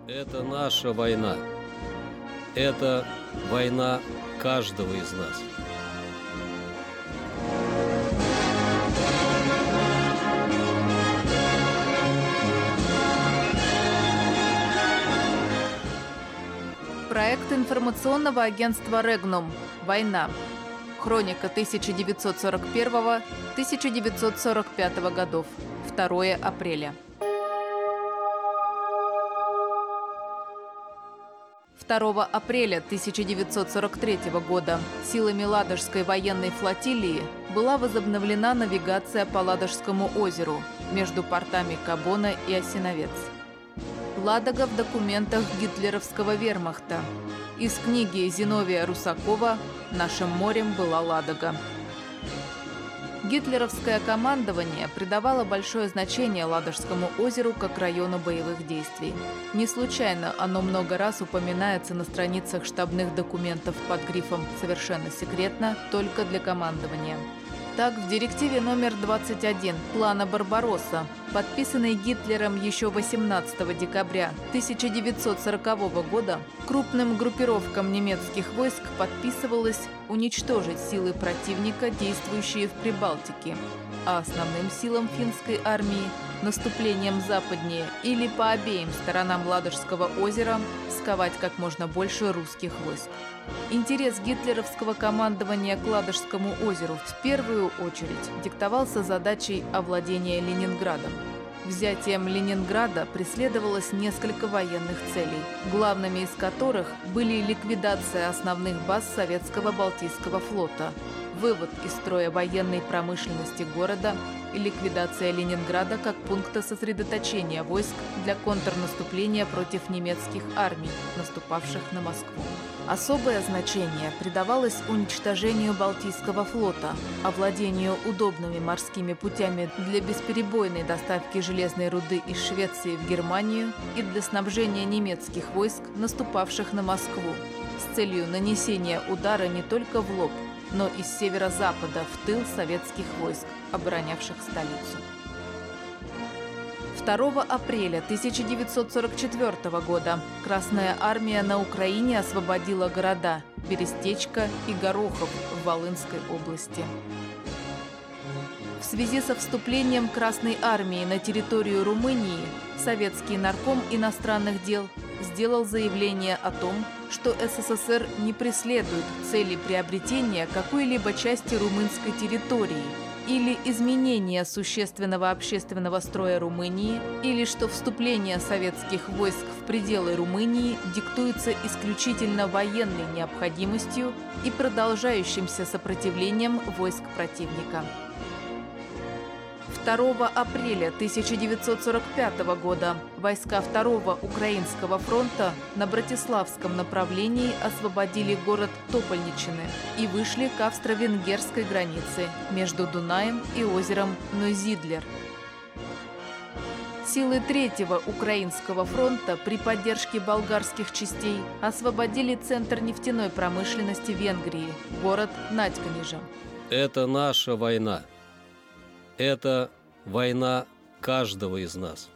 Это наша война. Это война каждого из нас. Проект информационного агентства «Регнум. Война. Хроника 1941-1945 годов. 2 апреля. 2 апреля 1943 года силами Ладожской военной флотилии была возобновлена навигация по Ладожскому озеру между портами Кабона и Осиновец. Ладога в документах гитлеровского вермахта. Из книги Зиновия Русакова «Нашим морем была Ладога». Гитлеровское командование придавало большое значение Ладожскому озеру как району боевых действий. Не случайно оно много раз упоминается на страницах штабных документов под грифом «Совершенно секретно, только для командования». Так, в директиве номер 21 плана «Барбаросса», подписанной Гитлером еще 18 декабря 1940 года, крупным группировкам немецких войск подписывалось уничтожить силы противника, действующие в Прибалтике, а основным силам финской армии наступлением западнее или по обеим сторонам Ладожского озера сковать как можно больше русских войск. Интерес гитлеровского командования к Ладожскому озеру в первую очередь диктовался задачей овладения Ленинградом. Взятием Ленинграда преследовалось несколько военных целей, главными из которых были ликвидация основных баз советского Балтийского флота, вывод из строя военной промышленности города и ликвидация Ленинграда как пункта сосредоточения войск для контрнаступления против немецких армий, наступавших на Москву. Особое значение придавалось уничтожению Балтийского флота, овладению удобными морскими путями для бесперебойной доставки железной руды из Швеции в Германию и для снабжения немецких войск, наступавших на Москву, с целью нанесения удара не только в лоб, но и с северо-запада в тыл советских войск, оборонявших столицу. 2 апреля 1944 года Красная армия на Украине освободила города Берестечко и Горохов в Волынской области. В связи со вступлением Красной армии на территорию Румынии советский нарком иностранных дел сделал заявление о том, что СССР не преследует цели приобретения какой-либо части румынской территории или изменения существенного общественного строя Румынии, или что вступление советских войск в пределы Румынии диктуется исключительно военной необходимостью и продолжающимся сопротивлением войск противника. 2 апреля 1945 года войска 2-го Украинского фронта на Братиславском направлении освободили город Топольничины и вышли к австро-венгерской границе между Дунаем и озером Нойзидлер. Силы 3-го Украинского фронта при поддержке болгарских частей освободили центр нефтяной промышленности Венгрии, город Надьканежа. Это наша война. Это война каждого из нас.